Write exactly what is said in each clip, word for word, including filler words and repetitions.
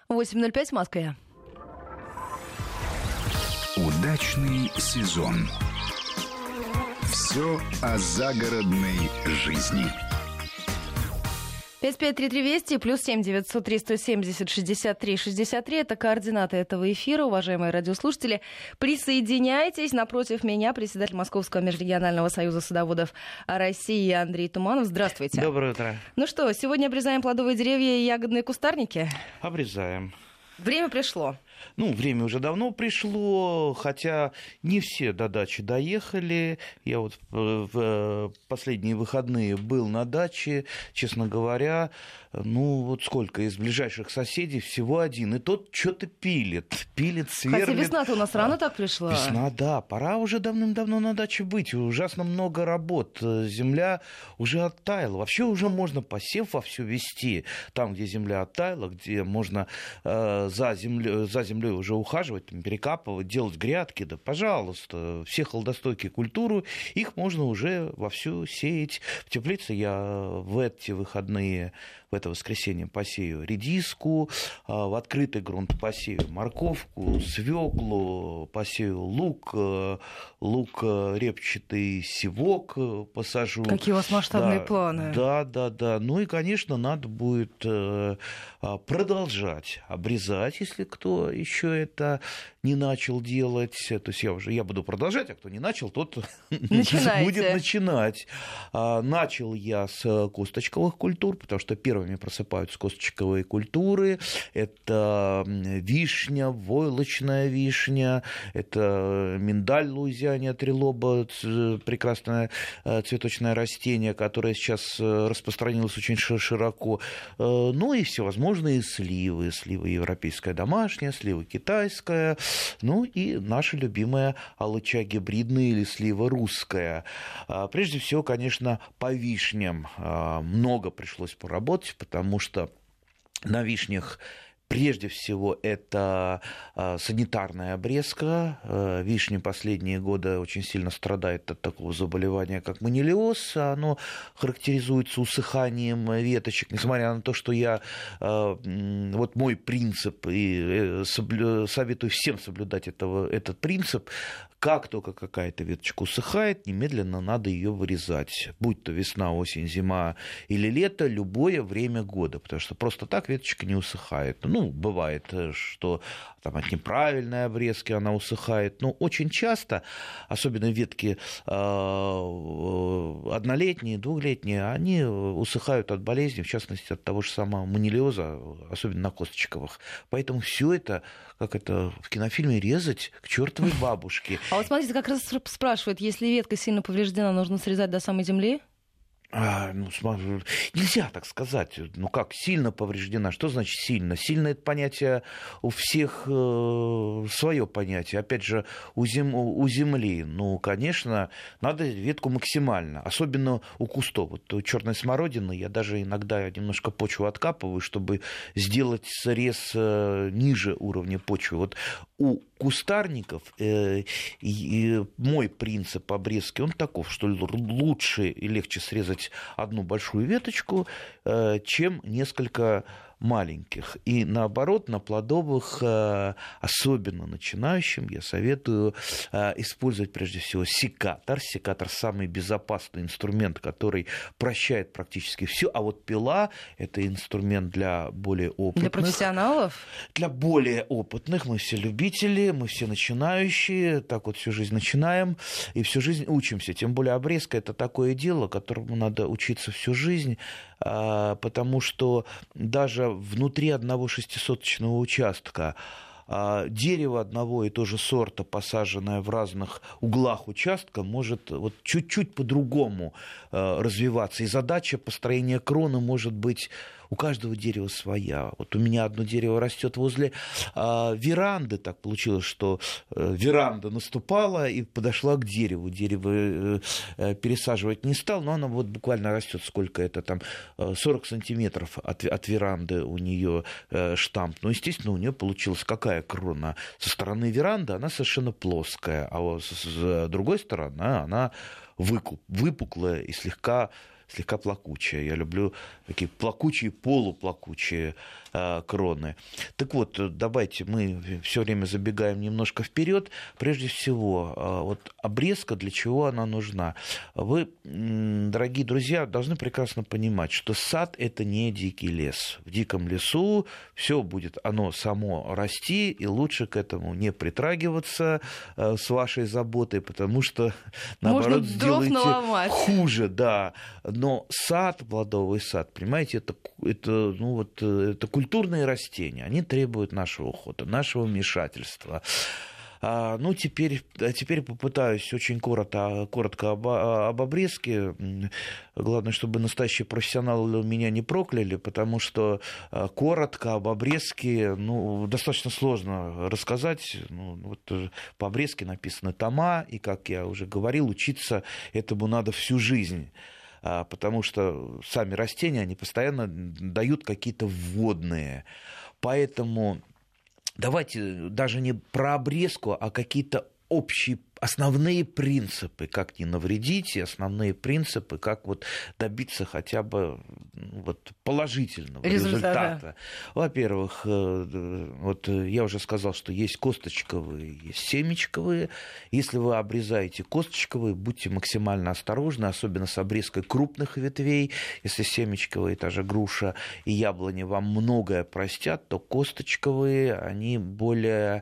восемь ноль пять в Москве. Удачный сезон. Все о загородной жизни. пять пять три три Вести плюс семь девятьсот три сто семьдесят шестьдесят три шестьдесят три. Это координаты этого эфира, уважаемые радиослушатели. Присоединяйтесь. Напротив меня председатель Московского межрегионального союза садоводов России Андрей Туманов. Здравствуйте. Доброе утро. Ну что, сегодня обрезаем плодовые деревья и ягодные кустарники? Обрезаем. Время пришло. Ну, время уже давно пришло, хотя не все до дачи доехали. Я вот в последние выходные был на даче, честно говоря, ну, вот сколько из ближайших соседей, всего один. И тот что-то пилит, пилит, сверлит. Хотя весна-то у нас рано так пришла. Весна, да, пора уже давным-давно на даче быть. Ужасно много работ. Земля уже оттаяла. Вообще уже можно посев вовсю вести. Там, где земля оттаяла, где можно э, за землей, за землей уже ухаживать, там, перекапывать, делать грядки, да, пожалуйста, все холодостойкие культуры, их можно уже вовсю сеять. В теплице я в эти выходные, в это воскресенье посею редиску, в открытый грунт посею морковку, свеклу, посею лук, лук репчатый, севок посажу. Какие у вас масштабные да, планы. Да, да, да. Ну и, конечно, надо будет продолжать обрезать, если кто еще это не начал делать. То есть я уже я буду продолжать, а кто не начал, тот будет начинать. Начал я с косточковых культур, потому что первыми просыпаются косточковые культуры. Это вишня, войлочная вишня, это миндаль Луизиане трилоба, прекрасное цветочное растение, которое сейчас распространилось очень широко. Ну и всевозможные сливы. Слива европейская домашняя, слива китайская, ну и наша любимая алыча гибридная или слива русская. Прежде всего, конечно, по вишням много пришлось поработать, потому что на вишнях прежде всего, это санитарная обрезка. Вишня последние годы очень сильно страдает от такого заболевания, как манилиоз. Оно характеризуется усыханием веточек. Несмотря на то, что я... Вот мой принцип, и советую всем соблюдать этого, этот принцип, как только какая-то веточка усыхает, немедленно надо ее вырезать. Будь то весна, осень, зима или лето, любое время года. Потому что просто так веточка не усыхает. Ну, бывает, что там, от неправильной обрезки она усыхает. Но очень часто, особенно ветки однолетние, двухлетние, они усыхают от болезней, в частности, от того же самого манилиоза, особенно на косточковых. Поэтому все это, как это в кинофильме, резать к чертовой бабушке. А вот смотрите, как раз спрашивают, если ветка сильно повреждена, нужно срезать до самой земли? А, ну, нельзя так сказать. Ну как, сильно повреждена? Что значит сильно? Сильно — это понятие у всех э, свое понятие. Опять же, у, зем, у земли. Ну, конечно, надо ветку максимально. Особенно у кустов. Вот у черной смородины я даже иногда немножко почву откапываю, чтобы сделать срез э, ниже уровня почвы. Вот у кустарников э, э, мой принцип обрезки, он таков, что лучше и легче срезать одну большую веточку, чем несколько маленьких. И наоборот, на плодовых, особенно начинающим, я советую использовать прежде всего секатор. Секатор — самый безопасный инструмент, который прощает практически все. А вот пила — это инструмент для более опытных. Для профессионалов? Для более опытных. Мы все любители, мы все начинающие. Так вот всю жизнь начинаем и всю жизнь учимся. Тем более обрезка — это такое дело, которому надо учиться всю жизнь, потому что даже внутри одного шестисоточного участка дерево одного и того же сорта, посаженное в разных углах участка, может вот чуть-чуть по-другому развиваться. И задача построения кроны может быть у каждого дерева своя. Вот у меня одно дерево растет возле э, веранды. Так получилось, что э, веранда наступала и подошла к дереву. Дерево э, э, пересаживать не стал, но оно вот буквально растет, сколько это там, сорок сантиметров от, от веранды у нее э, штамп. Ну, естественно, у нее получилась какая крона? Со стороны веранды она совершенно плоская, а вот с, с другой стороны она выкуп, выпуклая и слегка... слегка плакучая. Я люблю такие плакучие, полуплакучие кроны. Так вот, давайте мы все время забегаем немножко вперед. Прежде всего, вот обрезка, для чего она нужна? Вы, дорогие друзья, должны прекрасно понимать, что сад – это не дикий лес. В диком лесу все будет оно само расти, и лучше к этому не притрагиваться с вашей заботой, потому что, наоборот, сделаете наломать. Хуже. Да. Но сад, плодовый сад, понимаете, это, это, ну, вот, это культурные растения, они требуют нашего ухода, нашего вмешательства. А, ну, теперь, теперь попытаюсь очень коротко, коротко об, об обрезке. Главное, чтобы настоящие профессионалы меня не прокляли, потому что коротко об обрезке, ну, достаточно сложно рассказать. Ну, вот по обрезке написаны тома, и, как я уже говорил, учиться этому надо всю жизнь. Потому что сами растения, они постоянно дают какие-то вводные. Поэтому давайте даже не про обрезку, а какие-то общие основные принципы, как не навредить, и основные принципы, как вот добиться хотя бы вот положительного результата. результата. Во-первых, вот я уже сказал, что есть косточковые, есть семечковые. Если вы обрезаете косточковые, будьте максимально осторожны, особенно с обрезкой крупных ветвей. Если семечковые, та же груша и яблони вам многое простят, то косточковые, они более,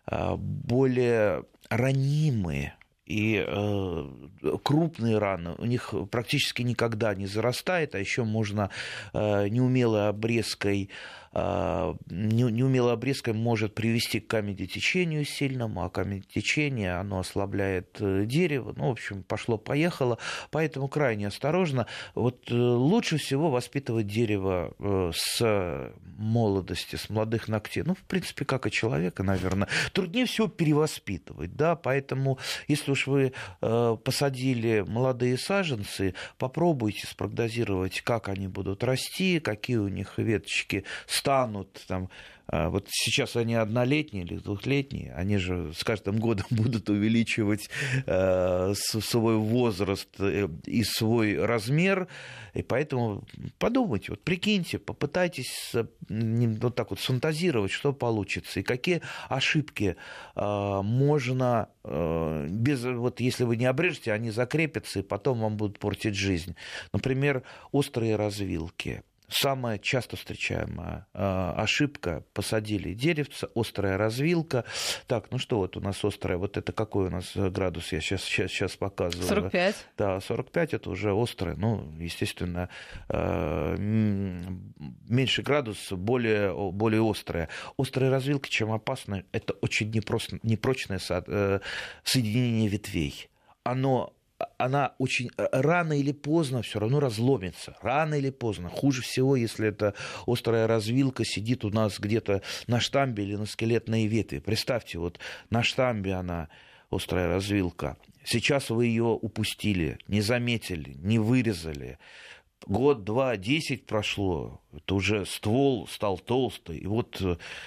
более ранимые, и э, крупные раны у них практически никогда не зарастает, а еще можно э, неумелой обрезкой, э, не, неумелой обрезкой может привести к камедотечению сильному, а камедотечение, оно ослабляет дерево, ну, в общем, пошло-поехало, поэтому крайне осторожно. Вот э, лучше всего воспитывать дерево э, с молодости, с молодых ногтей, ну, в принципе, как и человека, наверное, труднее всего перевоспитывать, да, поэтому, если уж вы э, посадили молодые саженцы, попробуйте спрогнозировать, как они будут расти, какие у них веточки станут, там, э, вот сейчас они однолетние или двухлетние, они же с каждым годом будут увеличивать э, свой возраст и свой размер, и поэтому подумайте, вот прикиньте, попытайтесь вот так вот сфантазировать, что получится, и какие ошибки э, можно э, без, вот если вы не обрежете, они закрепятся, и потом вам будут портить жизнь. Например, острые развилки. Самая часто встречаемая э, ошибка: посадили деревце, острая развилка. Так, ну что вот у нас острая, вот это какой у нас градус, я сейчас, сейчас, сейчас показываю. сорок пять. Да, сорок пять это уже острая, ну, естественно, э, меньше градус, более, более острая. Острая развилка, чем опасна, это очень непрост, непрочное со, э, соединение ветвей. Оно она очень рано или поздно все равно разломится. Рано или поздно. Хуже всего, если эта острая развилка сидит у нас где-то на штамбе или на скелетной ветви. Представьте, вот на штамбе она, острая развилка. Сейчас вы ее упустили, не заметили, не вырезали. Год, два, десять прошло. Это уже ствол стал толстый. И вот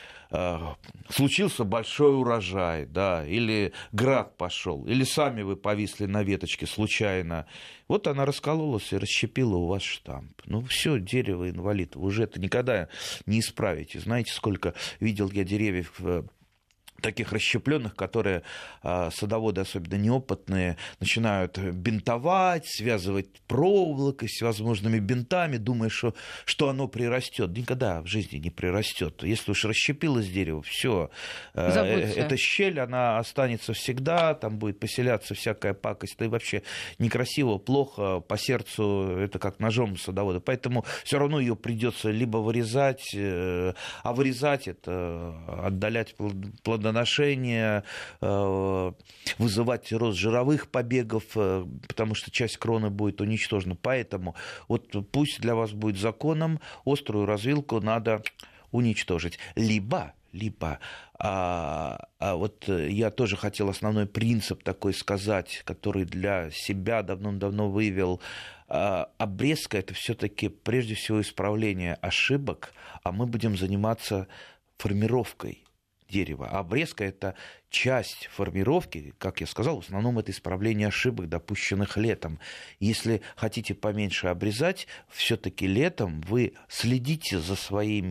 случился большой урожай, да, или град пошел, или сами вы повисли на веточке случайно. Вот она раскололась и расщепила у вас штамп. Ну, все, дерево инвалид, вы уже это никогда не исправите. Знаете, сколько видел я деревьев таких расщепленных, которые садоводы, особенно неопытные, начинают бинтовать, связывать проволокой, всевозможными бинтами, думая, что, что оно прирастет. Никогда в жизни не прирастет. Если уж расщепилось дерево, все. Эта щель, она останется всегда, там будет поселяться всякая пакость. Да и вообще некрасиво, плохо, по сердцу, это как ножом садовода. Поэтому все равно ее придется либо вырезать, а вырезать это отдалять плодоношение, вызывать рост жировых побегов, потому что часть кроны будет уничтожена. Поэтому вот пусть для вас будет законом, острую развилку надо уничтожить. Либо, либо а, а вот я тоже хотел основной принцип такой сказать, который для себя давно-давно вывел. А, обрезка — это все-таки прежде всего исправление ошибок, а мы будем заниматься формировкой дерева. А обрезка — это часть формировки, как я сказал, в основном это исправление ошибок, допущенных летом. Если хотите поменьше обрезать, все-таки летом вы следите за своими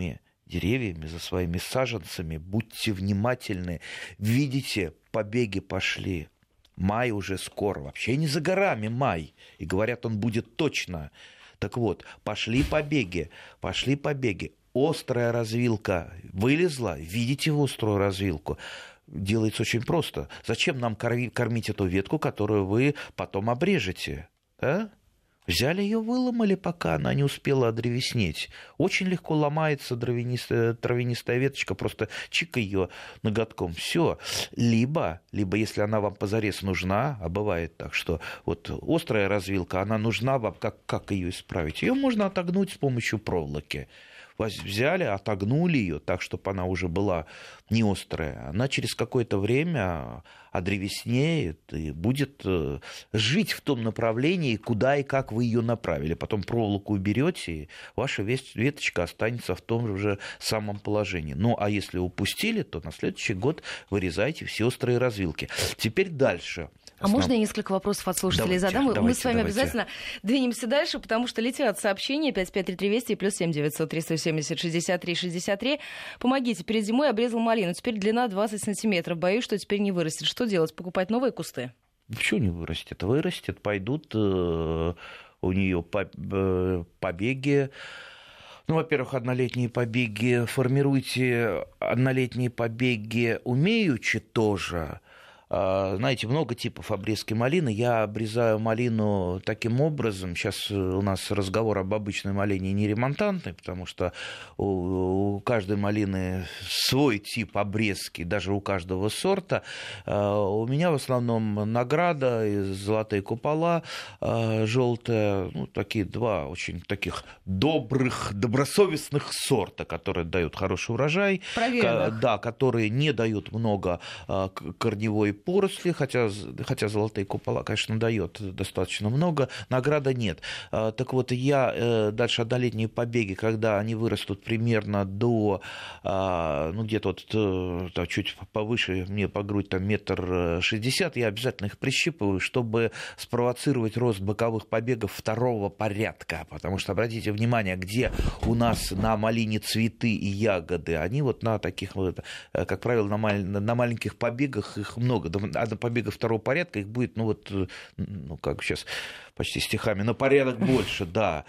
деревьями, за своими саженцами. Будьте внимательны. Видите, побеги пошли. Май уже скоро. Вообще не за горами май. И говорят, он будет точно. Так вот, пошли побеги. Пошли побеги. Острая развилка вылезла. Видите острую развилку? Делается очень просто. Зачем нам кормить эту ветку, которую вы потом обрежете? А? Взяли ее, выломали, пока она не успела одревеснеть. Очень легко ломается травянистая, травянистая веточка, просто чика ее ноготком. Все. Либо, либо, если она вам позарез нужна, а бывает так, что вот острая развилка, она нужна вам, как, как ее исправить? Ее можно отогнуть с помощью проволоки. Взяли, отогнули ее так, чтобы она уже была не острая. Она через какое-то время одревеснеет и будет жить в том направлении, куда и как вы ее направили. Потом проволоку уберете, и ваша веточка останется в том же самом положении. Ну, а если упустили, то на следующий год вырезайте все острые развилки. Теперь дальше. А Основ... можно я несколько вопросов от слушателей давайте, задам? Давайте, Мы с вами давайте. обязательно двинемся дальше, потому что летят сообщения пять пять три три двести и плюс семь девятьсот триста семьдесят шестьдесят три шестьдесят три. Помогите, перед зимой обрезал малину. Теперь длина двадцать сантиметров. Боюсь, что теперь не вырастет. Что делать? Покупать новые кусты? Ничего не вырастет. Вырастет, пойдут э, у нее побеги. Ну, во-первых, однолетние побеги. Формируйте однолетние побеги умеючи тоже. Знаете, много типов обрезки малины. Я обрезаю малину таким образом. Сейчас у нас разговор об обычной малине не ремонтантный, потому что у каждой малины свой тип обрезки, даже у каждого сорта. У меня в основном награда и золотые купола желтые. Ну, такие два очень таких добрых, добросовестных сорта, которые дают хороший урожай. Проверено. Да, которые не дают много корневой поросли, хотя, хотя золотые купола, конечно, дает достаточно много, награда нет. Так вот, я дальше однолетние побеги, когда они вырастут примерно до, ну, где-то вот там, чуть повыше, мне по грудь там метр шестьдесят, я обязательно их прищипываю, чтобы спровоцировать рост боковых побегов второго порядка, потому что, обратите внимание, где у нас на малине цветы и ягоды, они вот на таких, как правило, на, маль... на маленьких побегах их много, а на побегах второго порядка их будет, ну вот, ну как сейчас почти стихами, на порядок больше, да.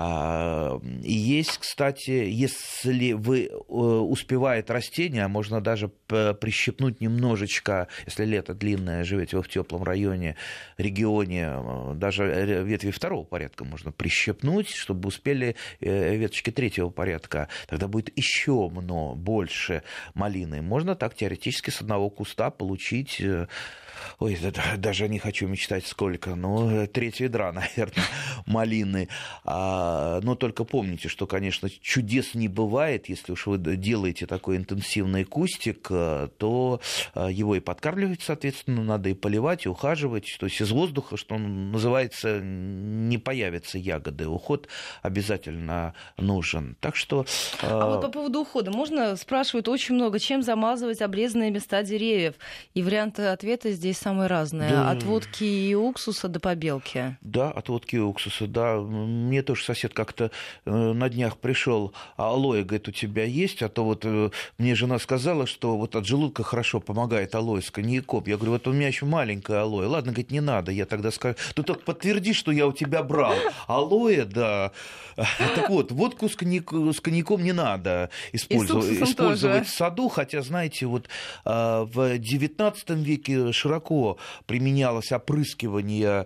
И есть, кстати, если вы успевает растение, можно даже прищипнуть немножечко, если лето длинное, живете вы в теплом районе, регионе, даже ветви второго порядка можно прищипнуть, чтобы успели веточки третьего порядка. Тогда будет еще много больше малины. Можно так теоретически с одного куста получить... Ой, даже не хочу мечтать сколько, но треть ведра, наверное, малины. А, но только помните, что, конечно, чудес не бывает. Если уж вы делаете такой интенсивный кустик, то его и подкармливать, соответственно, надо и поливать, и ухаживать. То есть из воздуха, что называется, не появятся ягоды. Уход обязательно нужен. Так что... А вот по поводу ухода. Можно, спрашивают очень много, чем замазывать обрезанные места деревьев? И варианты ответа здесь самые разные. Да. От водки и уксуса до побелки. Да, от водки и уксуса, да. Мне тоже сосед как-то на днях пришел, а алоэ, говорит, у тебя есть? А то вот мне жена сказала, что вот от желудка хорошо помогает алоэ с коньяком. Я говорю, вот у меня еще маленькое алоэ. Ладно, говорит, не надо. Я тогда скажу, ты только подтверди, что я у тебя брал. Алоэ, да. Так вот, водку с коньяком, с коньяком не надо использовать, использовать в саду, хотя, знаете, вот в девятнадцатом веке широко применялось опрыскивание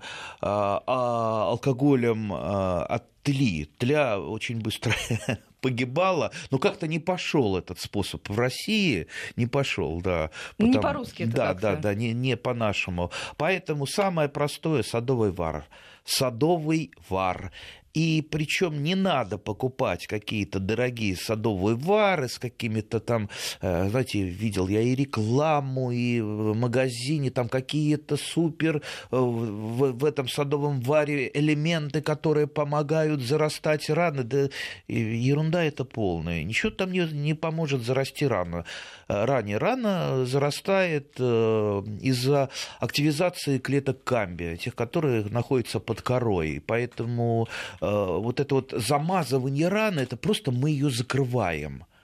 алкоголем от тли. Тля очень быстро погибала, но как-то не пошел этот способ в России, не пошел, да. Потому... Не по-русски это Да, как-то. да, да, не, не по-нашему. Поэтому самое простое — садовый вар. Садовый вар. И причем не надо покупать какие-то дорогие садовые вары с какими-то там, знаете, видел я и рекламу, и в магазине там какие-то супер в, в этом садовом варе элементы, которые помогают зарастать рано. Да ерунда это полная. Ничего там не, не поможет зарасти рано. Ранее рано зарастает из-за активизации клеток камбия, тех, которые находятся под корой. Поэтому вот это вот замазывание раны, это просто мы ее закрываем.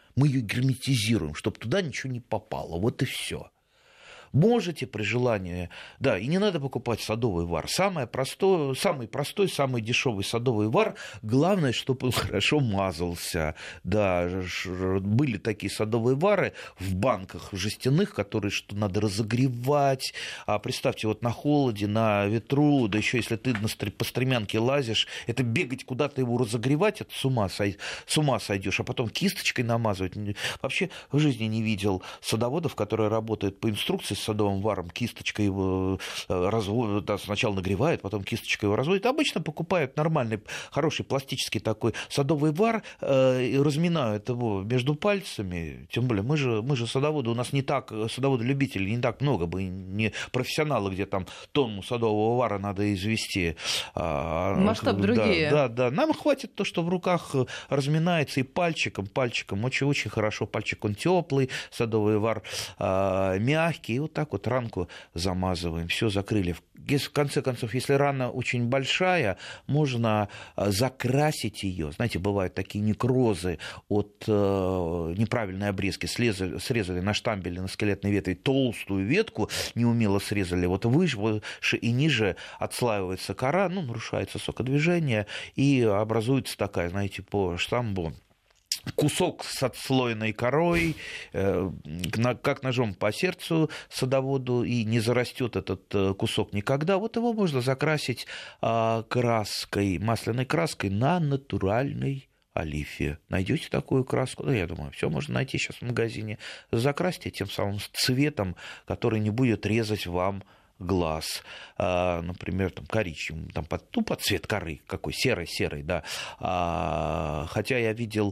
Мы ее герметизируем, чтобы туда ничего не попало. Вот и все. Можете при желании, да, и не надо покупать садовый вар. Самое простое, самый простой, самый дешевый садовый вар, главное, чтобы он хорошо мазался. Да, были такие садовые вары в банках жестяных, которые что надо разогревать. А представьте, вот на холоде, на ветру, да еще если ты по стремянке лазишь, это бегать куда-то его разогревать, это с ума, сой... с ума сойдешь, а потом кисточкой намазывать. Вообще в жизни не видел садоводов, которые работают по инструкции с садовым варом, кисточкой его разводят, да, сначала нагревают, потом кисточкой его разводят. Обычно покупают нормальный, хороший пластический такой садовый вар э, и разминают его между пальцами. Тем более мы же, мы же садоводы, у нас не так, садоводы-любители не так много, бы не профессионалы, где там тонну садового вара надо извести. Масштаб да, другие. Да, да, нам хватит то, что в руках разминается и пальчиком, пальчиком, очень-очень хорошо, пальчик он теплый, садовый вар э, мягкий, и вот так вот ранку замазываем, все закрыли. В конце концов, если рана очень большая, можно закрасить ее. Знаете, бывают такие некрозы от э, неправильной обрезки. Срезали, срезали на штамбеле, на скелетной ветви толстую ветку, неумело срезали. Вот выше и ниже отслаивается кора, ну, нарушается сокодвижение, и образуется такая, знаете, по штамбу кусок с отслоенной корой, как ножом по сердцу садоводу, и не зарастет этот кусок никогда. Вот его можно закрасить краской, масляной краской на натуральной олифе. Найдете такую краску? Ну, я думаю, все можно найти сейчас в магазине. Закрасьте тем самым цветом, который не будет резать вам глаз, например, там, коричневым, там, под, ну, под цвет коры, какой серый-серый, да. Хотя я видел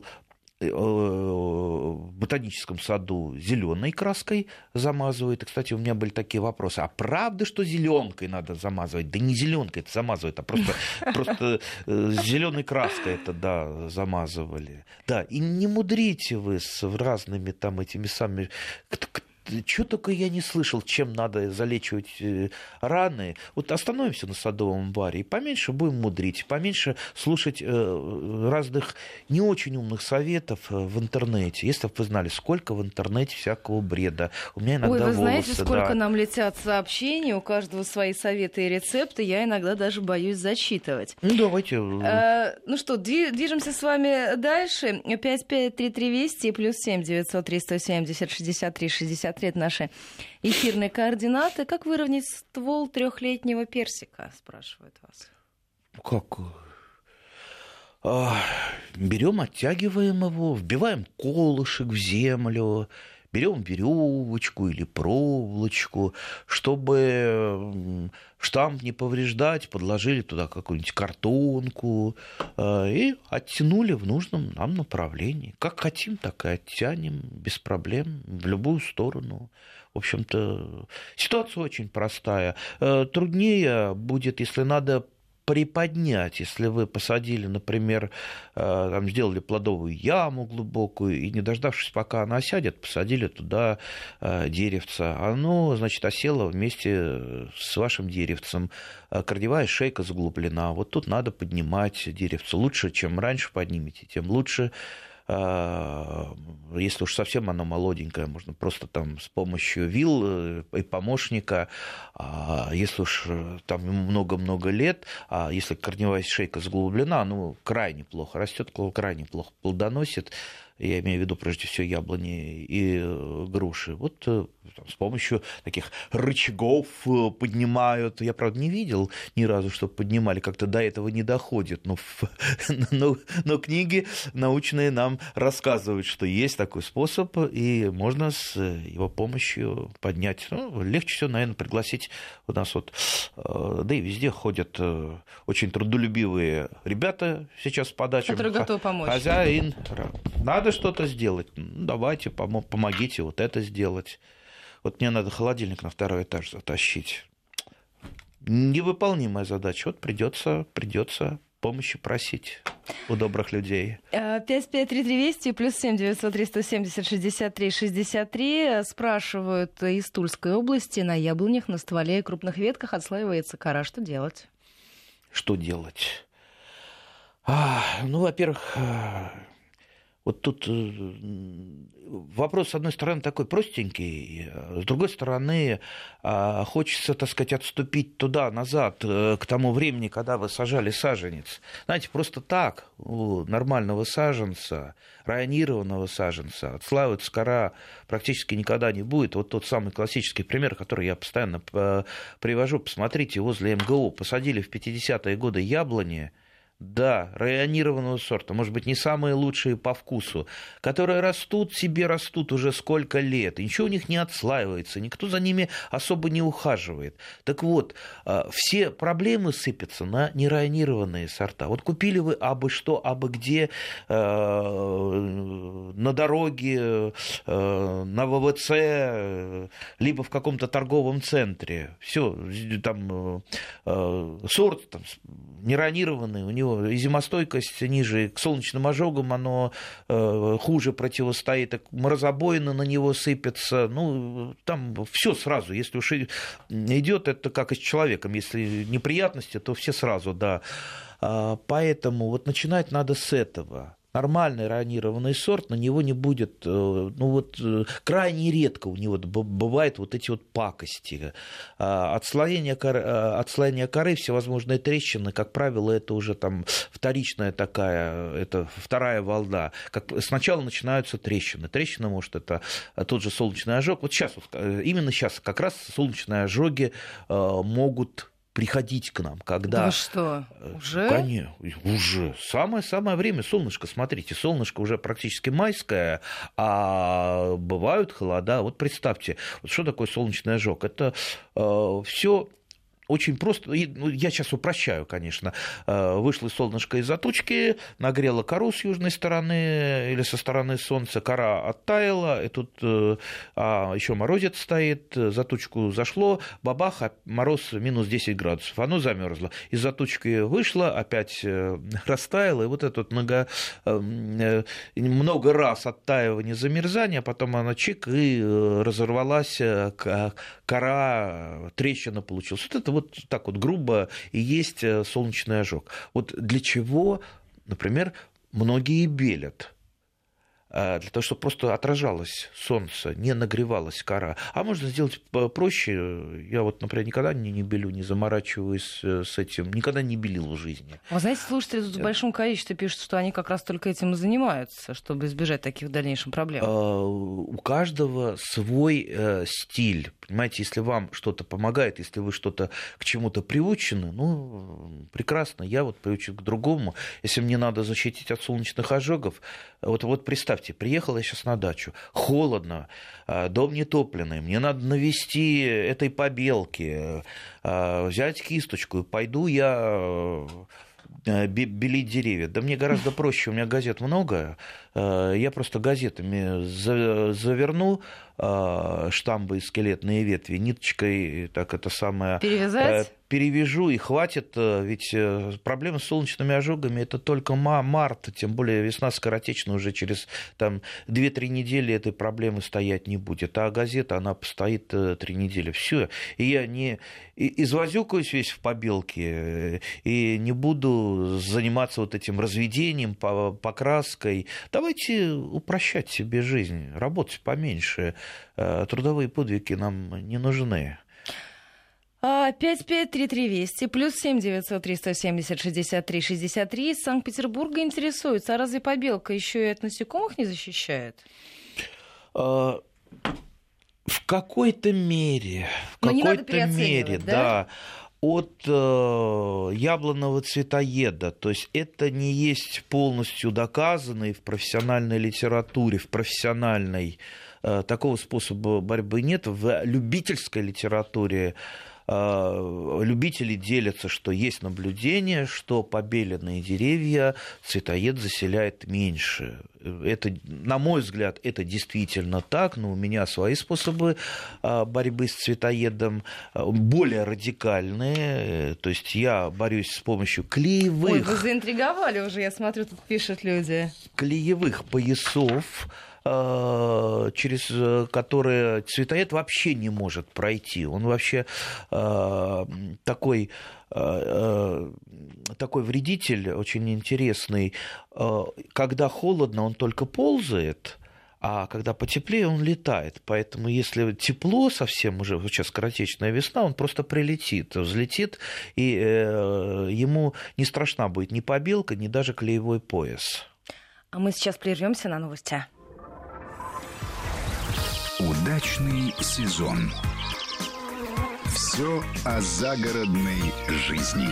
в ботаническом саду зеленой краской замазывают. И, кстати, у меня были такие вопросы. А правда, что зеленкой надо замазывать? Да не зеленкой это замазывают, а просто, просто зеленой краской это, да, замазывали. Да, и не мудрите вы с разными там этими самыми... Чего только я не слышал, чем надо залечивать раны. Вот остановимся на садовом варе и поменьше будем мудрить, поменьше слушать разных не очень умных советов в интернете. Если бы вы знали, сколько в интернете всякого бреда. У меня иногда волосы... Ой, вы волосы, знаете, сколько да. нам летят сообщений, у каждого свои советы и рецепты, я иногда даже боюсь зачитывать. Ну, давайте. А, ну что, движемся с вами дальше. пять пять три три Вести плюс семь девятьсот три сто семьдесят шестьдесят три шестьдесят три. Это наши эфирные координаты. Как выровнять ствол трехлетнего персика, спрашивают вас. Как? А, берем, оттягиваем его, вбиваем колышек в землю, берем веревочку или проволочку, чтобы штамп не повреждать, подложили туда какую-нибудь картонку и оттянули в нужном нам направлении. Как хотим, так и оттянем, без проблем, в любую сторону. В общем-то, ситуация очень простая. Труднее будет, если надо приподнять, если вы посадили, например, там, сделали плодовую яму глубокую и, не дождавшись, пока она осядет, посадили туда деревце. Оно, значит, осело вместе с вашим деревцем. Корневая шейка заглублена. Вот тут надо поднимать деревце. Лучше, чем раньше поднимете, тем лучше. Если уж совсем оно молоденькое, можно просто там с помощью вил и помощника, если уж там ему много-много лет, а если корневая шейка заглублена, ну, крайне плохо растет, крайне плохо плодоносит. Я имею в виду, прежде всего, яблони и груши. Вот там, с помощью таких рычагов поднимают. Я, правда, не видел ни разу, чтобы поднимали. Как-то до этого не доходит. Но, но, но книги научные нам рассказывают, что есть такой способ, и можно с его помощью поднять. Ну, легче всего, наверное, пригласить у нас вот, да и везде ходят очень трудолюбивые ребята сейчас в подаче. Которые готовы помочь. Хозяин. Надо что-то сделать, ну, давайте, помогите вот это сделать. Вот мне надо холодильник на второй этаж затащить. Невыполнимая задача. Вот придется, придется помощи просить у добрых людей. пять пять три три Вести плюс семь девятьсот три сто семьдесят шестьдесят три шестьдесят три. Спрашивают из Тульской области: на яблонях, на стволе и крупных ветках отслаивается кора. Что делать? Что делать? А, ну, во-первых... вот тут вопрос, с одной стороны, такой простенький, с другой стороны, хочется, так сказать, отступить туда, назад, к тому времени, когда вы сажали саженец. Знаете, просто так у нормального саженца, районированного саженца отслаиваться кора практически никогда не будет. Вот тот самый классический пример, который я постоянно привожу. Посмотрите, возле эм гэ о посадили в пятидесятые годы яблони, да, районированного сорта, может быть, не самые лучшие по вкусу, которые растут себе, растут уже сколько лет, и ничего у них не отслаивается, никто за ними особо не ухаживает. Так вот, все проблемы сыпятся на нерайонированные сорта. Вот купили вы абы что, абы где, на дороге, на вэ вэ цэ, либо в каком-то торговом центре. Все, там сорт там, нерайонированный, у него и зимостойкость ниже, к солнечным ожогам оно э, хуже противостоит, морозобоины на него сыпятся, ну, там все сразу, если уж идет, это как и с человеком, если неприятности, то все сразу, да. А, поэтому вот начинать надо с этого. Нормальный районированный сорт, на него не будет, ну вот крайне редко у него бывают вот эти вот пакости. Отслоение коры, отслоение коры, всевозможные трещины, как правило, это уже там вторичная такая, это вторая волна. Как, сначала начинаются трещины. Трещина, может, это тот же солнечный ожог. Вот сейчас, именно сейчас как раз солнечные ожоги могут приходить к нам, когда... Да что, уже? Конечно, уже. Самое-самое время. Солнышко, смотрите, солнышко уже практически майское, а бывают холода. Вот представьте, вот что такое солнечный ожог? Это э, все... Очень просто, я сейчас упрощаю, конечно, вышло солнышко из-за тучки, нагрело кору с южной стороны или со стороны солнца, кора оттаяла, и тут а еще морозец стоит, за тучку зашло, бабах, мороз минус десять градусов, оно замерзло. Из-за тучки вышло, опять растаяло, и вот это вот много, много раз оттаивание, замерзание, потом оно чик, и разорвалась кора, трещина получилась. Вот это вот так вот грубо и есть солнечный ожог. Вот для чего, например, многие белят? Для того, чтобы просто отражалось солнце, не нагревалась кора. А можно сделать проще. Я вот, например, никогда не, не белю, не заморачиваюсь с этим. Никогда не белил в жизни. Вы знаете, слушатели тут в большом количестве пишут, что они как раз только этим и занимаются, чтобы избежать таких в дальнейшем проблем. У каждого свой стиль. Понимаете, если вам что-то помогает, если вы что-то к чему-то приучены, ну, прекрасно. Я вот приучен к другому. Если мне надо защитить от солнечных ожогов, вот, вот представьте, приехал я сейчас на дачу, холодно, дом нетопленный, мне надо навести этой побелки, взять кисточку, и пойду я белить деревья. Да мне гораздо проще, у меня газет много, я просто газетами заверну штамбы и скелетные ветви, ниточкой, так это самое... Перевязать? Перевяжу, и хватит, ведь проблемы с солнечными ожогами это только март, тем более весна скоротечна, уже через там, две-три недели этой проблемы стоять не будет, а газета, она постоит три недели, все, и я не извозюкаюсь весь в побелке, и не буду заниматься вот этим разведением, покраской, давайте упрощать себе жизнь, работать поменьше, трудовые подвиги нам не нужны. пять пять три три Вести, плюс семь девятьсот триста семьдесят шестьдесят три шестьдесят три. Из Санкт-Петербурга интересуется, а разве побелка еще и от насекомых не защищает? В какой-то мере, в какой-то мере, да. да. От э, яблонного цветоеда, то есть это не есть полностью доказанный в профессиональной литературе, в профессиональной, э, такого способа борьбы нет, в любительской литературе любители делятся, что есть наблюдение, что побеленные деревья цветоед заселяет меньше. Это, на мой взгляд, это действительно так, но у меня свои способы борьбы с цветоедом, более радикальные. То есть я борюсь с помощью клеевых... Ой, вы заинтриговали уже, я смотрю, тут пишут люди. Клеевых поясов, через которые цветоед вообще не может пройти. Он вообще такой, такой вредитель очень интересный. Когда холодно, он только ползает, а когда потеплее, он летает. Поэтому если тепло совсем, уже сейчас скоротечная весна, он просто прилетит, взлетит, и ему не страшна будет ни побелка, ни даже клеевой пояс. А мы сейчас прервемся на новости. Удачный сезон. Все о загородной жизни.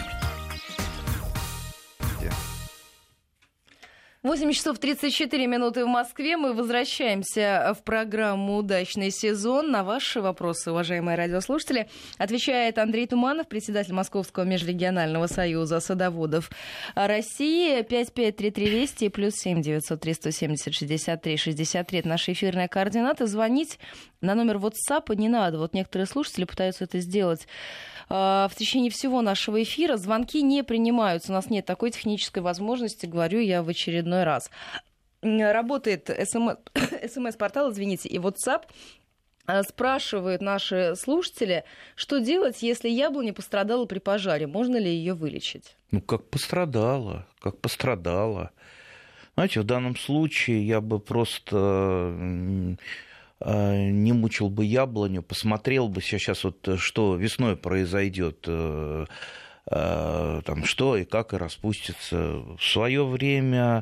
восемь часов тридцать четыре минуты в Москве. Мы возвращаемся в программу «Удачный сезон». На ваши вопросы, уважаемые радиослушатели, отвечает Андрей Туманов, председатель Московского межрегионального союза садоводов России. пять пять три три Вести плюс семь девятьсот три сто семьдесят шестьдесят три шестьдесят три. Это наши эфирные координаты. Звонить на номер WhatsApp не надо. Вот некоторые слушатели пытаются это сделать в течение всего нашего эфира. Звонки не принимаются. У нас нет такой технической возможности, говорю я в очередной раз. Работает смс-портал, извините, и WhatsApp. Спрашивают наши слушатели, что делать, если яблоня пострадала при пожаре? Можно ли ее вылечить? Ну, как пострадала, как пострадала. Знаете, в данном случае я бы просто не мучил бы яблоню, посмотрел бы сейчас, вот, что весной произойдет, там, что и как и распустится. В свое время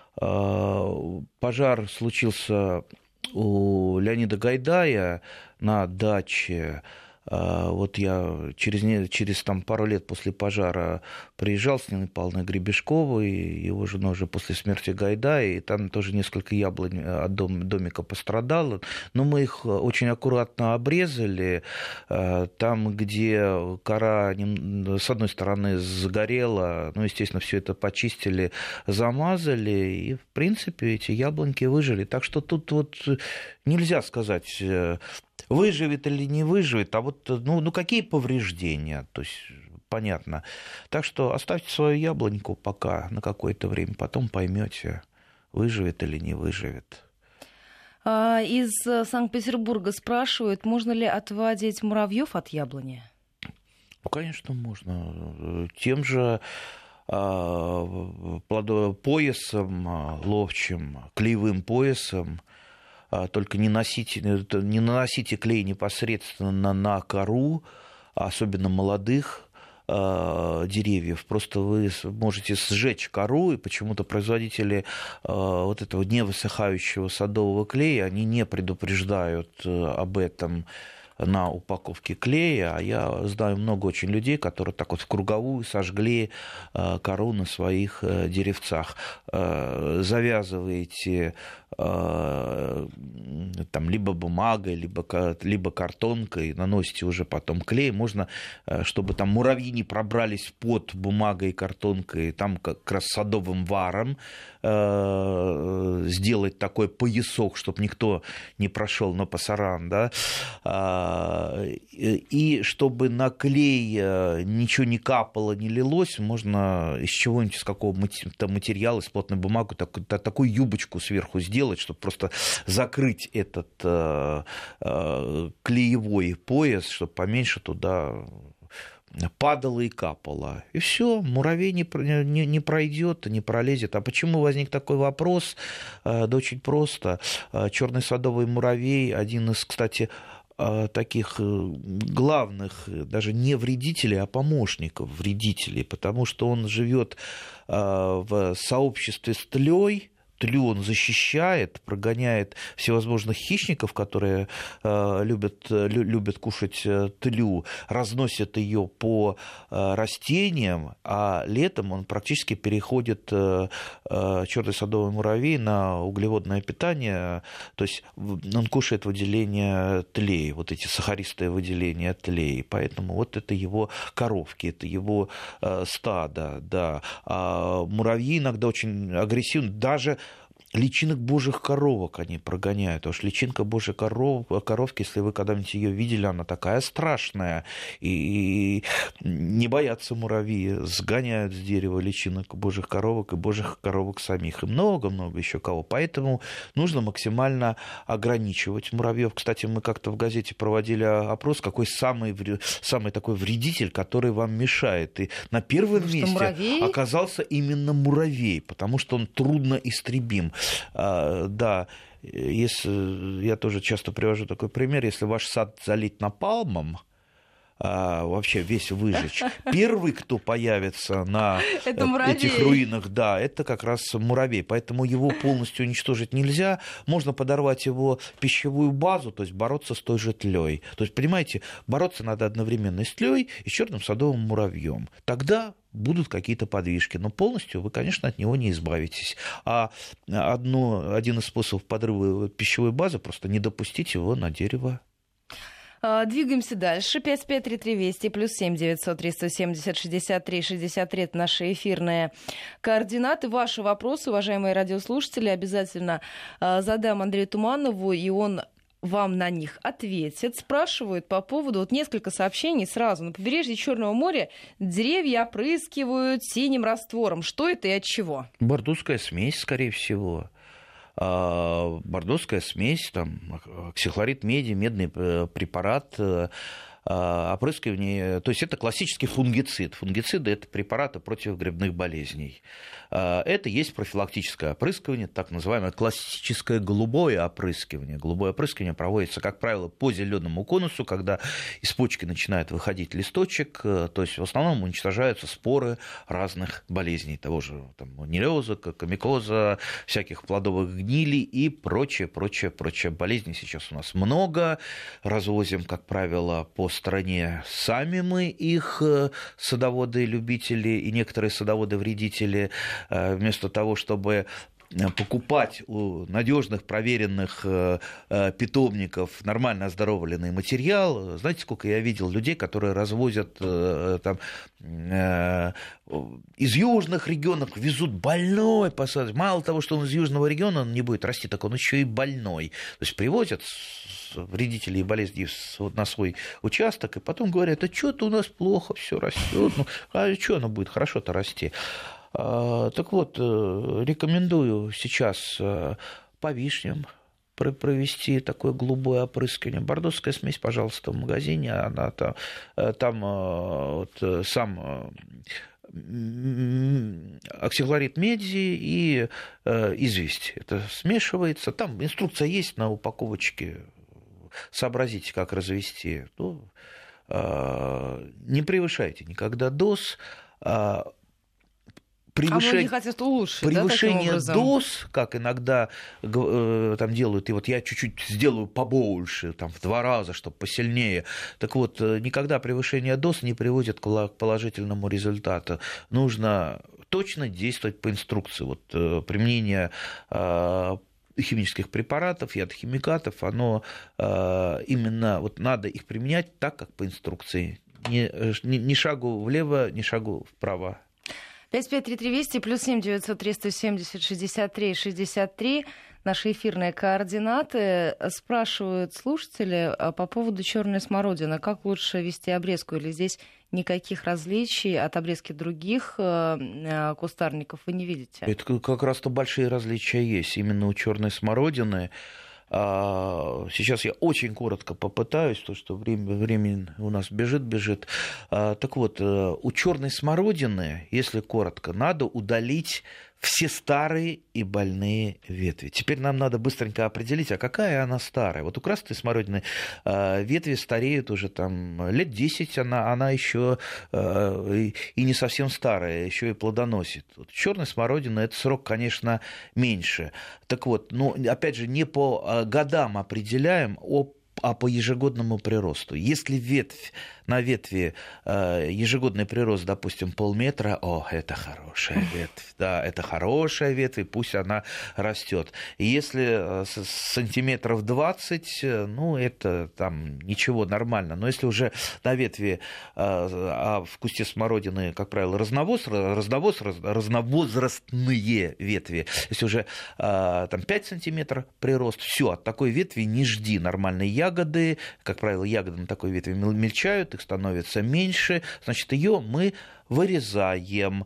пожар случился у Леонида Гайдая на даче. Вот я через, через там, пару лет после пожара приезжал с Ниной Павловной Гребешковой, его жена уже после смерти Гайдая, и там тоже несколько яблонь от дом, домика пострадало, но мы их очень аккуратно обрезали. Там, где кора с одной стороны сгорела, ну, естественно, все это почистили, замазали, и, в принципе, эти яблоньки выжили. Так что тут вот нельзя сказать, выживет или не выживет, а вот ну, ну какие повреждения, то есть понятно. Так что оставьте свою яблоньку пока на какое-то время, потом поймете, выживет или не выживет. Из Санкт-Петербурга спрашивают, можно ли отводить муравьев от яблони? Ну, конечно, можно. Тем же поясом ловчим, клеевым поясом. Только не носите, не наносите клей непосредственно на кору, особенно молодых э, деревьев. Просто вы можете сжечь кору, и почему-то производители э, вот этого невысыхающего садового клея, они не предупреждают э, об этом на упаковке клея, а я знаю много очень людей, которые так вот в круговую сожгли кору на своих деревцах. Завязываете там либо бумагой, либо, либо картонкой, наносите уже потом клей. Можно, чтобы там муравьи не пробрались под бумагой и картонкой, там как раз садовым варом сделать такой поясок, чтобы никто не прошел на пасаран, да, и чтобы на клей ничего не капало, не лилось, можно из чего-нибудь, из какого-то материала, из плотной бумаги, так, такую юбочку сверху сделать, чтобы просто закрыть этот клеевой пояс, чтобы поменьше туда падало и капало. И все, муравей не, не, не пройдет, не пролезет. А почему возник такой вопрос? Да очень просто. Черный садовый муравей, один из, кстати, таких главных, даже не вредителей, а помощников вредителей, потому что он живет в сообществе с тлей. Тлю он защищает, прогоняет всевозможных хищников, которые э, любят, лю, любят кушать тлю, разносят ее по э, растениям, а летом он практически переходит, э, э, черный садовый муравей, на углеводное питание, то есть он кушает выделение тлей, вот эти сахаристые выделения тлей, поэтому вот это его коровки, это его э, стадо, да. А муравьи иногда очень агрессивны, даже личинок божьих коровок они прогоняют. Потому что личинка божьей коров, коровки, если вы когда-нибудь ее видели, она такая страшная. И не боятся муравьи, сгоняют с дерева личинок божьих коровок и божьих коровок самих. И много-много еще кого. Поэтому нужно максимально ограничивать муравьев. Кстати, мы как-то в газете проводили опрос, какой самый, самый такой вредитель, который вам мешает. И на первом месте муравей? Оказался именно муравей, потому что он трудно истребим. А, да, если, я тоже часто привожу такой пример, если ваш сад залить напалмом, а, вообще весь выжечь, первый, кто появится на этих руинах, да, это как раз муравей, поэтому его полностью уничтожить нельзя, можно подорвать его пищевую базу, то есть бороться с той же тлей. То есть, понимаете, бороться надо одновременно и с тлей, и с черным садовым муравьем. Тогда будут какие-то подвижки, но полностью вы, конечно, от него не избавитесь. А одно, один из способов подрыва пищевой базы — просто не допустить его на дерево. Двигаемся дальше. пять пять три три Вести, плюс семь девятьсот триста семьдесят шестьдесят три шестьдесят три. Это наши эфирные координаты. Ваши вопросы, уважаемые радиослушатели, обязательно задам Андрею Туманову, и он вам на них ответит. Спрашивают по поводу, вот несколько сообщений сразу. На побережье Черного моря деревья опрыскивают синим раствором. Что это и от чего? Бордоская смесь, скорее всего. Бордоская смесь, там, оксихлорид меди, медный препарат, опрыскивание, то есть это классический фунгицид. Фунгициды — это препараты против грибных болезней. Это есть профилактическое опрыскивание, так называемое классическое голубое опрыскивание. Голубое опрыскивание проводится, как правило, по зеленому конусу, когда из почки начинает выходить листочек, то есть в основном уничтожаются споры разных болезней, того же там, нереза, комикоза, всяких плодовых гнилей и прочее, прочее, прочее. Болезней сейчас у нас много, развозим, как правило, по стране сами мы их, садоводы-любители и некоторые садоводы-вредители, вместо того, чтобы покупать у надежных, проверенных питомников нормально оздоровленный материал. Знаете, сколько я видел людей, которые развозят там, из южных регионов, везут больной посадок. Мало того, что он из южного региона, он не будет расти, так он еще и больной. То есть привозят вредителей и болезней на свой участок, и потом говорят: а что-то у нас плохо все растет, ну, а что оно будет хорошо-то расти? Так вот, рекомендую сейчас по вишням провести такое голубое опрыскивание. Бордоская смесь, пожалуйста, в магазине, она там, там вот, сам оксихлорид меди и известь. Это смешивается. Там инструкция есть на упаковочке. Сообразите, как развести. Ну, не превышайте никогда доз. Превышение, а многие хотят улучшить, превышение да, доз, как иногда э, там делают, и вот я чуть-чуть сделаю побольше, там, в два раза, чтобы посильнее. Так вот, никогда превышение доз не приводит к положительному результату. Нужно точно действовать по инструкции. Вот, э, применение э, химических препаратов, ядохимикатов, оно э, именно вот надо их применять так, как по инструкции. Ни, ни, ни шагу влево, ни шагу вправо. пять пять три три Вести, плюс семь девятьсот триста семьдесят шестьдесят три шестьдесят три. Наши эфирные координаты. Спрашивают слушатели по поводу черной смородины. Как лучше вести обрезку? Или здесь никаких различий от обрезки других кустарников вы не видите? Это как раз-то большие различия есть. Именно у черной смородины. Сейчас я очень коротко попытаюсь, потому что время, время у нас бежит-бежит. Так вот, у черной смородины, если коротко, надо удалить все старые и больные ветви. Теперь нам надо быстренько определить, а какая она старая. Вот у красной смородины ветви стареют уже там лет десять, она, она еще и не совсем старая, еще и плодоносит. Вот черной смородины этот срок, конечно, меньше. Так вот, ну, опять же, не по годам определяем, а по ежегодному приросту. Если ветвь на ветви ежегодный прирост, допустим, полметра, о, это хорошая ветвь, да, это хорошая ветвь, и пусть она растет. Если сантиметров двадцать, ну, это там ничего, нормально. Но если уже на ветви, а в кусте смородины, как правило, разновоз, разновоз, разновозрастные ветви, если уже там пять сантиметров прирост, все, от такой ветви не жди нормальной ягоды. Как правило, ягоды на такой ветви мельчают, их становится меньше, значит, ее мы вырезаем.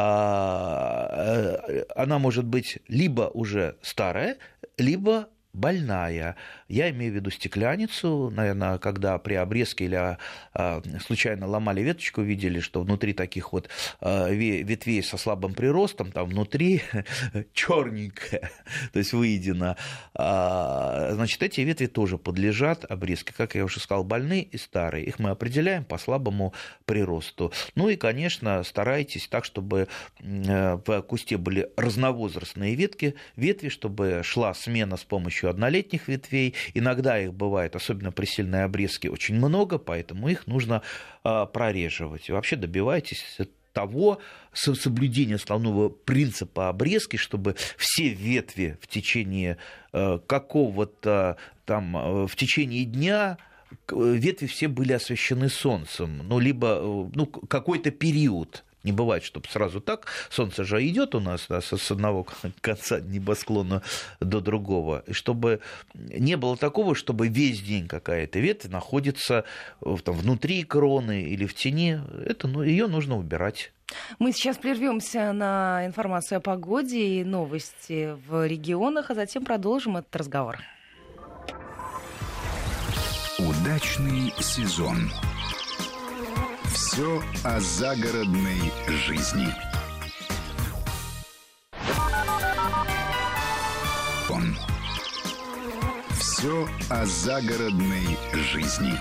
Она может быть либо уже старая, либо больная. Я имею в виду стекляницу, наверное, когда при обрезке или а, случайно ломали веточку, видели, что внутри таких вот а, ветвей со слабым приростом, там внутри черненькая, то есть выедена. А, значит, эти ветви тоже подлежат обрезке. Как я уже сказал, больные и старые. Их мы определяем по слабому приросту. Ну и, конечно, старайтесь так, чтобы в кусте были разновозрастные ветки, ветви, чтобы шла смена с помощью однолетних ветвей. Иногда их бывает, особенно при сильной обрезке, очень много, поэтому их нужно прореживать. И вообще добивайтесь того соблюдения основного принципа обрезки, чтобы все ветви в течение какого-то там, в течение дня ветви все были освещены солнцем, ну, либо ну, какой-то период. Не бывает, чтобы сразу так. Солнце же идет у нас, да, с одного конца небосклона до другого. И чтобы не было такого, чтобы весь день какая-то ветвь находится там, внутри кроны или в тени, это, ну, ее нужно убирать. Мы сейчас прервемся на информацию о погоде и новости в регионах, а затем продолжим этот разговор. Удачный сезон. Все о загородной жизни. Он. Все о загородной жизни.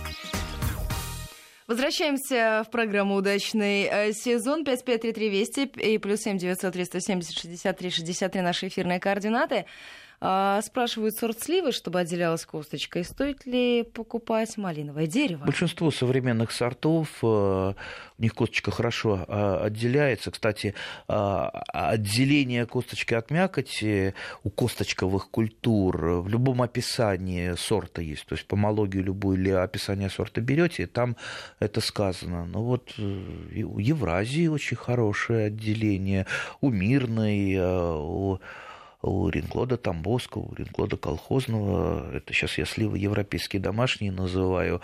Возвращаемся в программу «Удачный сезон». пять пять три три Вести и плюс семь девятьсот триста семьдесят шестьдесят три шестьдесят три наши эфирные координаты. Спрашивают сорт сливы, чтобы отделялась косточкой. Стоит ли покупать малиновое дерево? Большинство современных сортов, у них косточка хорошо отделяется. Кстати, отделение косточки от мякоти у косточковых культур в любом описании сорта есть. То есть помологию любую или описание сорта берете, и там это сказано. Ну вот у Евразии очень хорошее отделение, у Мирной, у у Ренклода Тамбовского, у Ренклода Колхозного, это сейчас я сливы европейские домашние называю,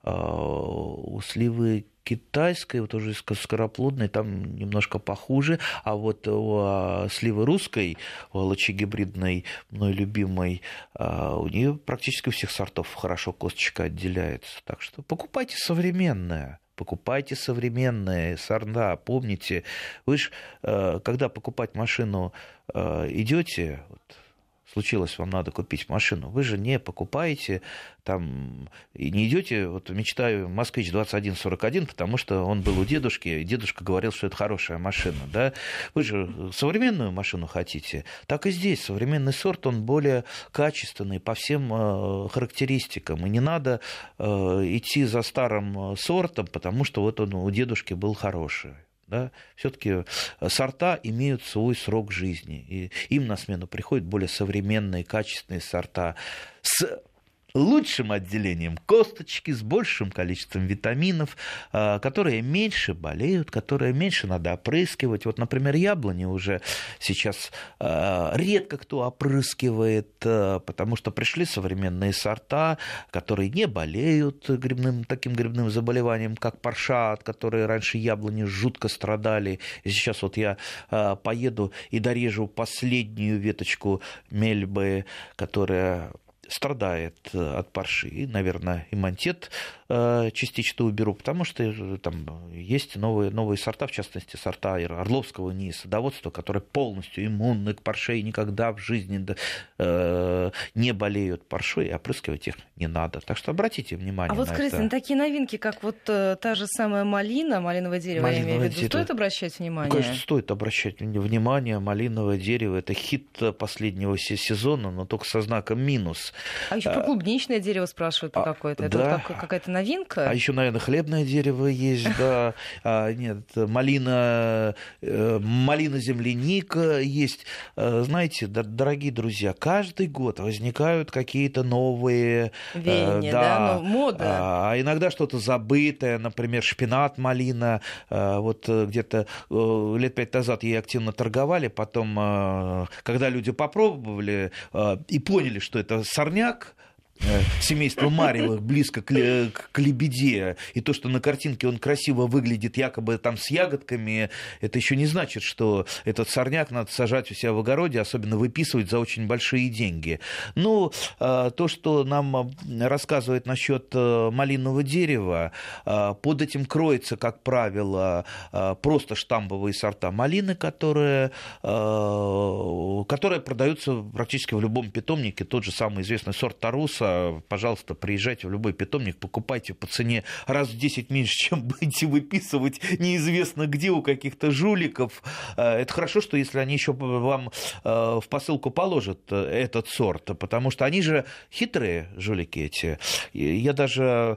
у сливы китайской, вот уже скороплодной, там немножко похуже, а вот у сливы русской, у лочегибридной, мной любимой, у нее практически у всех сортов хорошо косточка отделяется, так что покупайте современное. Покупайте современные сорта. Помните, вы же, когда покупать машину идете, вот, случилось, вам надо купить машину, вы же не покупаете там, и не идете, вот мечтаю, Москвич двадцать один сорок один, потому что он был у дедушки, и дедушка говорил, что это хорошая машина, да, вы же современную машину хотите, так и здесь современный сорт, он более качественный по всем характеристикам, и не надо идти за старым сортом, потому что вот он у дедушки был хороший. Да, все-таки сорта имеют свой срок жизни, и им на смену приходят более современные, качественные сорта с лучшим отделением косточки, с большим количеством витаминов, которые меньше болеют, которые меньше надо опрыскивать. Вот, например, яблони уже сейчас редко кто опрыскивает, потому что пришли современные сорта, которые не болеют грибным, таким грибным заболеванием, как парша, от которой раньше яблони жутко страдали. И сейчас вот я поеду и дорежу последнюю веточку мельбы, которая страдает от парши, и, наверное, иммунитет частично уберу, потому что там есть новые, новые сорта, в частности, сорта Орловского НИИ садоводства, которые полностью иммунны к парше и никогда в жизни не болеют паршой, и опрыскивать их не надо. Так что обратите внимание а на вот, скажите, это. на такие новинки, как вот та же самая малина, малиновое дерево, малиновое я имею в виду, дерево. Стоит обращать внимание? Ну, конечно, стоит обращать внимание. Малиновое дерево – это хит последнего сезона, но только со знаком минус. А еще про клубничное дерево спрашивают а, какое-то. Это да. вот как, какая-то новинка? А еще, наверное, хлебное дерево есть, да. А, нет, малина, малина земляника есть. Знаете, дорогие друзья, каждый год возникают какие-то новые... Веяния, да, да ну, мода. А иногда что-то забытое, например, шпинат, малина. Вот где-то лет пять назад ей активно торговали, потом, когда люди попробовали и поняли, что это сорняк, семейство Марьевых, близко к, к лебеде, и то, что на картинке он красиво выглядит, якобы там с ягодками, это еще не значит, что этот сорняк надо сажать у себя в огороде, особенно выписывать за очень большие деньги. Ну, то, что нам рассказывают насчет малинового дерева, под этим кроется, как правило, просто штамбовые сорта малины, которые, которые продаются практически в любом питомнике, тот же самый известный сорт Таруса. Пожалуйста, приезжайте в любой питомник, покупайте по цене раз в десять меньше, чем будете выписывать неизвестно где у каких-то жуликов. Это хорошо, что если они еще вам в посылку положат этот сорт, потому что они же хитрые жулики эти. Я даже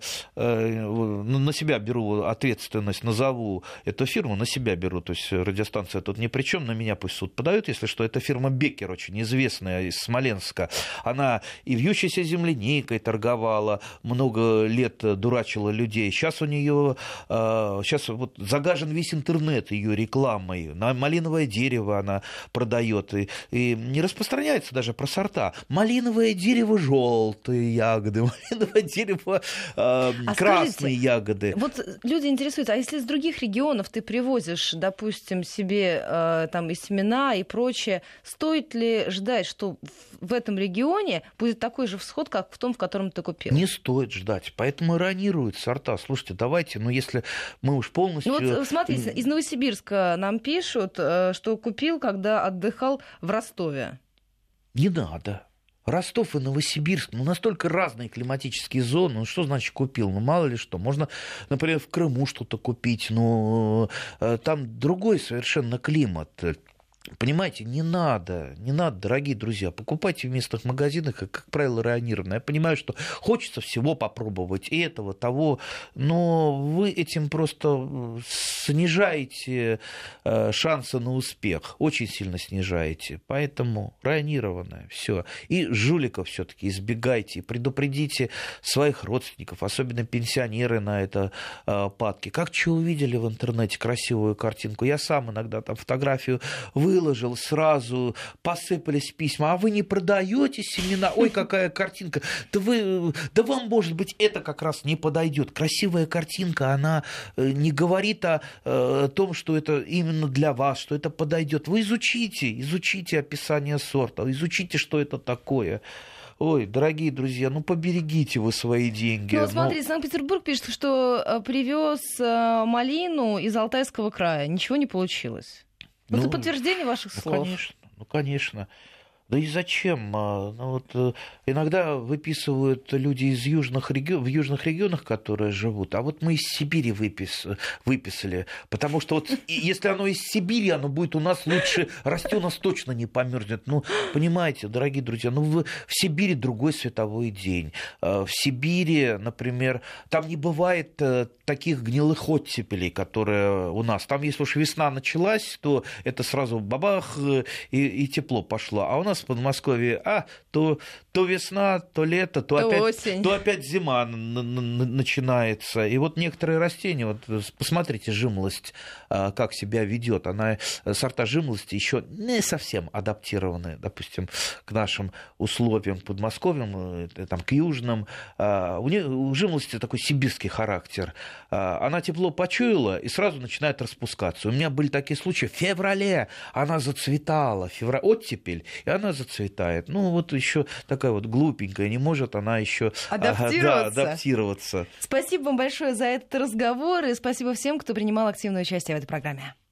на себя беру ответственность, назову эту фирму, на себя беру, то есть радиостанция тут ни при чем, на меня пусть суд подают, если что. Это фирма Беккер, очень известная, из Смоленска. Она и вьющейся земляникой торговала, много лет дурачила людей. Сейчас у нее, сейчас вот загажен весь интернет ее рекламой. На малиновое дерево она продает. И, и не распространяется даже про сорта. Малиновое дерево желтые ягоды, малиновое дерево э, а красные скажите, ягоды. Вот люди интересуются, а если из других регионов ты привозишь, допустим, себе э, там и семена, и прочее, стоит ли ждать, что в этом регионе будет такой же всход, как в том, в котором ты купил? Не стоит ждать, поэтому иранируют сорта. Слушайте, давайте, ну если мы уж полностью... Ну вот смотрите, из Новосибирска нам пишут, что купил, когда отдыхал в Ростове. Не надо. Ростов и Новосибирск, ну, настолько разные климатические зоны. Ну, что значит купил? Ну, мало ли что. Можно, например, в Крыму что-то купить, но там другой совершенно климат. Понимаете, не надо, не надо, дорогие друзья, покупайте в местных магазинах, как, как правило, районированное. Я понимаю, что хочется всего попробовать, и этого, того, но вы этим просто снижаете шансы на успех, очень сильно снижаете. Поэтому районированное, все. И жуликов все-таки избегайте, предупредите своих родственников, особенно пенсионеры на это падки. Как что увидели в интернете красивую картинку, я сам иногда там фотографию вы выложил, сразу посыпались письма, а вы не продаете семена, ой, какая картинка, да, вы, да вам, может быть, это как раз не подойдет. Красивая картинка, она не говорит о, о том, что это именно для вас, что это подойдет. Вы изучите, изучите описание сорта, изучите, что это такое. Ой, дорогие друзья, ну поберегите вы свои деньги. Ну, смотри, но... Санкт-Петербург пишет, что привез малину из Алтайского края. Ничего не получилось. Ну, это подтверждение ваших ну, слов. Конечно, ну, конечно. Да и зачем? Ну, вот, иногда выписывают люди из южных реги... в южных регионах, которые живут, а вот мы из Сибири выпис... выписали, потому что вот если оно из Сибири, оно будет у нас лучше расти, у нас точно не померзнет. Ну, понимаете, дорогие друзья, ну, в, в Сибири другой световой день. В Сибири, например, там не бывает таких гнилых оттепелей, которые у нас. Там, если уж весна началась, то это сразу бабах, и, и тепло пошло. А у нас в Подмосковье, а, то, то весна, то лето, то, то, опять, то опять зима начинается. И вот некоторые растения, вот посмотрите, жимолость, как себя ведет. Она, сорта жимолости еще не совсем адаптированы, допустим, к нашим условиям, к подмосковьям, там, к южным. У, нее, у жимолости такой сибирский характер. Она тепло почуяла и сразу начинает распускаться. У меня были такие случаи. В феврале она зацветала, февраль, оттепель, и она зацветает. Ну, вот еще такая вот глупенькая, не может она еще адаптироваться. Да, адаптироваться. Спасибо вам большое за этот разговор, и спасибо всем, кто принимал активное участие в этой программе.